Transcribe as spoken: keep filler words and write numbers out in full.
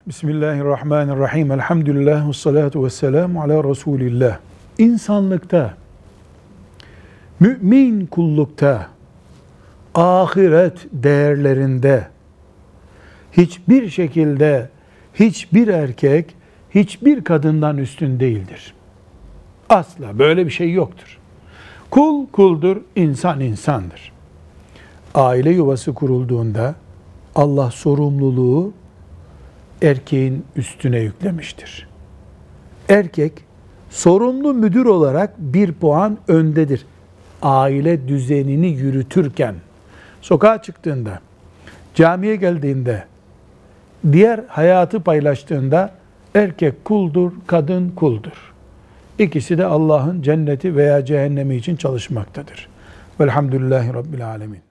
Bismillahirrahmanirrahim. Elhamdülillah ve salatu ve selamu ala Resulillah. İnsanlıkta, mümin kullukta, ahiret değerlerinde hiçbir şekilde hiçbir erkek hiçbir kadından üstün değildir. Asla böyle bir şey yoktur. Kul kuldur, insan insandır. Aile yuvası kurulduğunda Allah sorumluluğu erkeğin üstüne yüklemiştir. Erkek sorumlu müdür olarak bir puan öndedir. Aile düzenini yürütürken, sokağa çıktığında, camiye geldiğinde, diğer hayatı paylaştığında erkek kuldur, kadın kuldur. İkisi de Allah'ın cenneti veya cehennemi için çalışmaktadır. Velhamdülillahi Rabbil alemin.